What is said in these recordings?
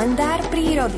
Kalendár prírody.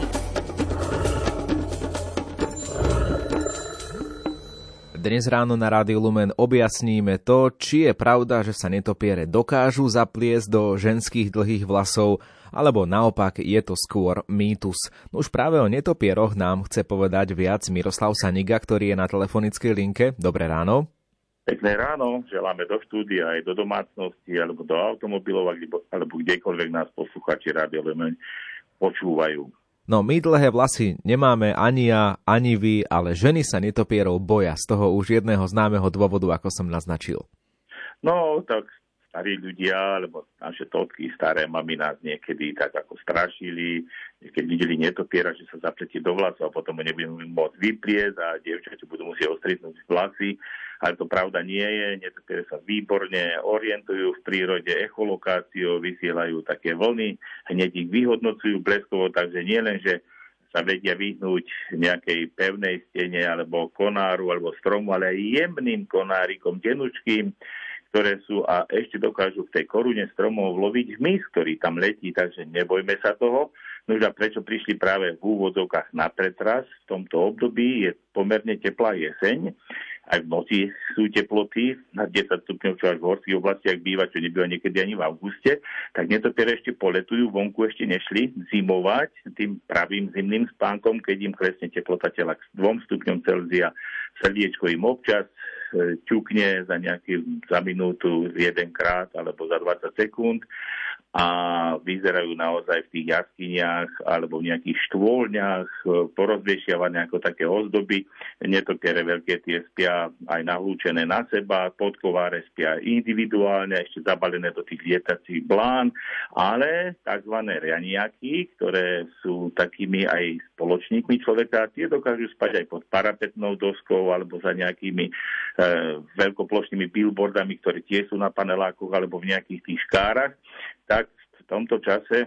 Dnes ráno na Rádiu Lumen objasníme to, či je pravda, že sa netopiere dokážu zapliesť do ženských dlhých vlasov, alebo naopak je to skôr mýtus. Už práve o netopieroch nám chce povedať viac Miroslav Saniga, ktorý je na telefonickej linke. Dobré ráno. Pekné ráno, želáme do štúdia aj do domácnosti, alebo do automobilov, alebo kdekoľvek nás poslucháči Rádia Lumen počúvajú. No my dlhé vlasy nemáme ani ja, ani vy, ale ženy sa netopierov boja z toho už jedného známeho dôvodu, ako som naznačil. No, tak starí ľudia, alebo naše totky, staré mamy nás niekedy tak ako strašili, keď videli netopiera, že sa zapletie do vlasov a potom ho nebudeme môcť vypliesť a dievčate budú musieť ostrihnúť vlasy. Ale to pravda nie je, netopiere sa výborne orientujú v prírode, echolokáciou, vysielajú také vlny, hneď ich vyhodnocujú bleskovo, takže nie len, že sa vedia vyhnúť nejakej pevnej stene alebo konáru alebo stromu, ale aj jemným konárikom, tenučkým, ktoré sú a ešte dokážu v tej korune stromov loviť hmyz, ktorý tam letí, takže nebojme sa toho. No a prečo prišli práve v úvodzovkách na pretras? V tomto období je pomerne teplá jeseň, aj v noci sú teploty na 10 stupňov, čo až v horských oblastiach býva, čo nebýva niekedy ani v auguste, tak netopiere ešte poletujú, vonku ešte nešli zimovať tým pravým zimným spánkom, keď im klesne teplota tela k 2 stupňom Celzia. Srdiečko im občas ťukne za minútu jedenkrát alebo za 20 sekúnd a vyzerajú naozaj v tých jaskyniach alebo v nejakých štôlniach porozviešiavané ako také ozdoby. Netopiere veľké tie spia aj nahlúčené na seba, podkováre spia individuálne, ešte zabalené do tých lietacích blán, ale tzv. Rianiaky, ktoré sú takými aj spoločníkmi človeka, tie dokážu spať aj pod parapetnou doskou alebo za nejakými veľkoplošnými billboardami, ktoré tie sú na panelákoch alebo v nejakých tých škárach, tak v tomto čase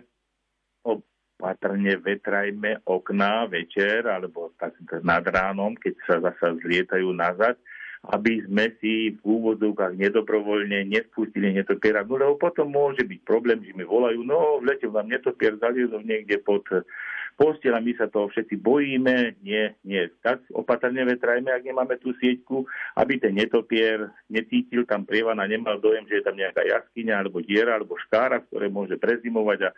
opatrne vetrajme okná večer alebo tak nad ránom, keď sa zasa zlietajú nazad, aby sme si v úvodzovkách nedobrovoľne nespustili netopiera. No lebo potom môže byť problém, že mi volajú, no v lete vám netopier zaliezol niekde pod posteľ a my sa toho všetci bojíme. Nie. Tak opatrne vetrajme, ak nemáme tú sieťku, aby ten netopier necítil tam prievan a nemal dojem, že je tam nejaká jaskyňa alebo diera alebo škára, v ktorej môže prezimovať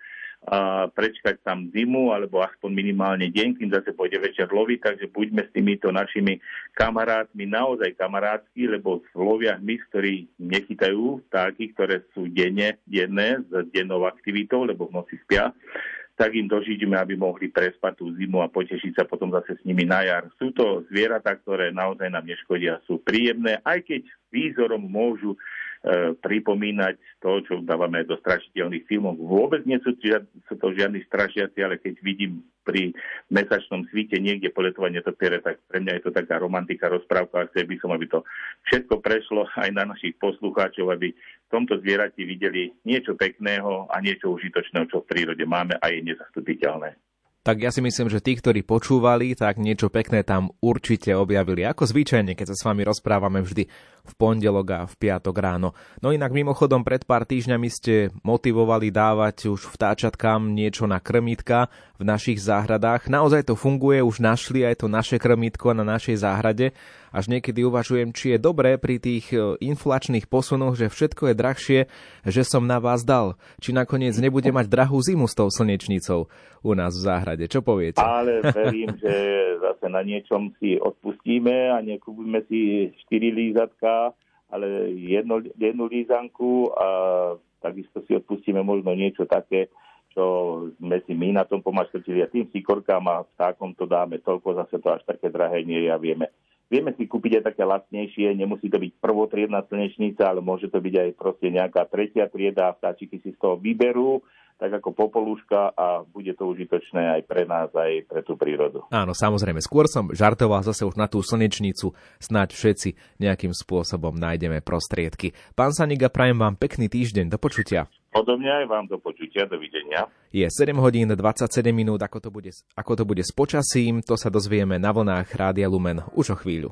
a prečkať tam zimu alebo aspoň minimálne deň, kým zase pôjde večer loviť. Takže buďme s týmito našimi kamarátmi naozaj kamarátsky, lebo lovia hmyz, ktorí nechytajú vtáky, ktoré sú denné s dennou aktivitou, lebo v noci spia, tak im dožijeme, aby mohli prespať tú zimu a potešiť sa potom zase s nimi na jar. Sú to zvieratá, ktoré naozaj nám neškodia, sú príjemné, aj keď výzorom môžu pripomínať to, čo dávame do strašiteľných filmov. Vôbec nie sú to žiadni strašiaci, ale keď vidím pri mesačnom svite niekde poletovať netopiere, tak pre mňa je to taká romantika, rozprávka a chcel by som, aby to všetko prešlo aj na našich poslucháčov, aby v tomto zvierati videli niečo pekného a niečo užitočného, čo v prírode máme a je nezastupiteľné. Tak ja si myslím, že tí, ktorí počúvali, tak niečo pekné tam určite objavili. Ako zvyčajne, keď sa s vami rozprávame vždy v pondelok a v piatok ráno. No inak mimochodom pred pár týždňami ste motivovali dávať už vtáčatkám niečo na krmítka v našich záhradách. Naozaj to funguje, už našli aj to naše krmítko na našej záhrade. Až niekedy uvažujem, či je dobré pri tých inflačných posunoch, že všetko je drahšie, že som na vás dal. Či nakoniec nebude mať drahú zimu s tou slnečnicou u nás v záhrade. Čo poviete? Ale verím, že zase na niečom si odpustíme a nekúpime si 4 lízatka, ale jednu lízanku a takisto si odpustíme možno niečo také, čo sme si my na tom pomaškrtili a tým sikorkám a vtákom to dáme toľko, zase to až také drahé nie je a Vieme si kúpiť aj také lacnejšie, nemusí to byť prvotriedna slnečnica, ale môže to byť aj proste nejaká tretia trieda a vtáčiky si z toho vyberú, tak ako popolúška a bude to užitočné aj pre nás, aj pre tú prírodu. Áno, samozrejme. Skôr som žartoval zase už na tú slnečnicu. Snáď všetci nejakým spôsobom nájdeme prostriedky. Pán Saniga, prajem vám pekný týždeň. Do počutia. Podobne aj vám do počutia, dovidenia. Je 7 hodín 27 minút, ako to bude s počasím, to sa dozvieme na vlnách Rádia Lumen už o chvíľu.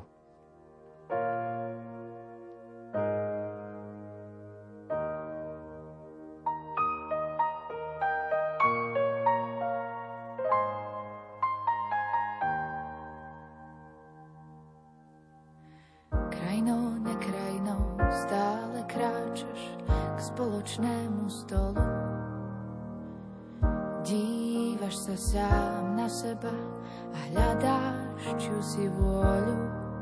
kráčaš k spoločnému stolu. Dívaš sa sám na seba a hľadáš čúsi vôľu.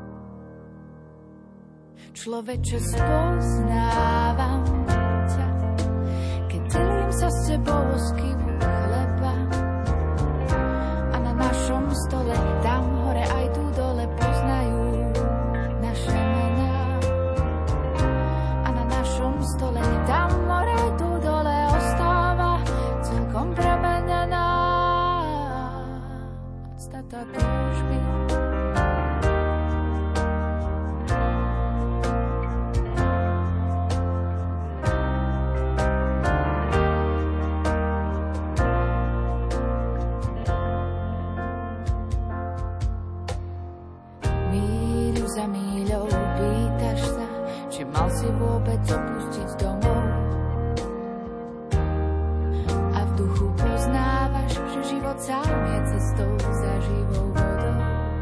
Človeče, spoznávam ťa, keď delím sa s tebou o skivu chleba. A na našom stole, tam hore aj tu dole, poznajú naše mená. A na našom stole, tam hore aj tu dole, ostáva celkom premenená podstata túžby. Za míľou pýtaš sa, či mal si vôbec opustiť domov. A v duchu poznávaš, že život sám je cestou za živou vodou.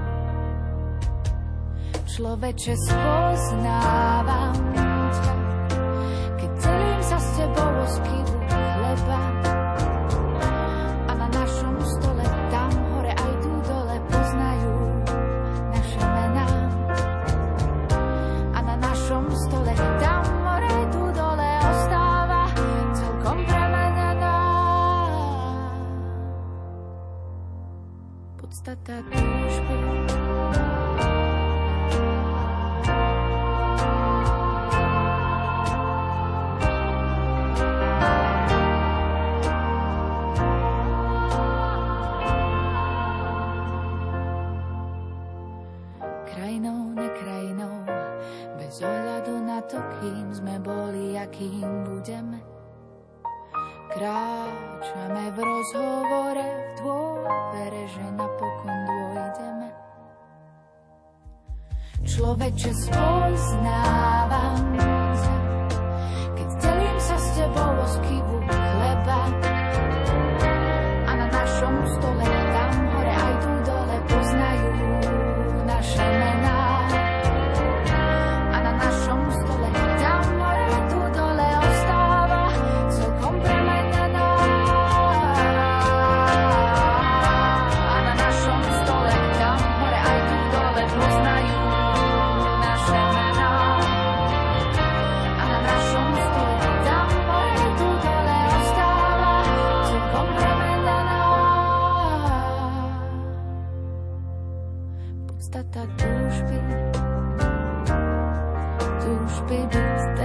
Človeče, spoznávam ťa, keď delím sa s tebou o skivu chleba. A na našom stole, tam hore aj tu dole, poznajú naše mená. Stole, tam hore, tu dole, ostáva celkom premenená podstata túžby. Krajinou, nekrajinou, bez ohľadu na to, kým sme boli a kým budeme. Kráčame v rozhovore, v dôvere, že napokon dôjdeme. Človeče, spoznávam sa, keď delím sa s tebou o skivu chleba. A na našom stole, tam hore aj tu dole, poznajú naše mená. Podstata túžby, túžby byť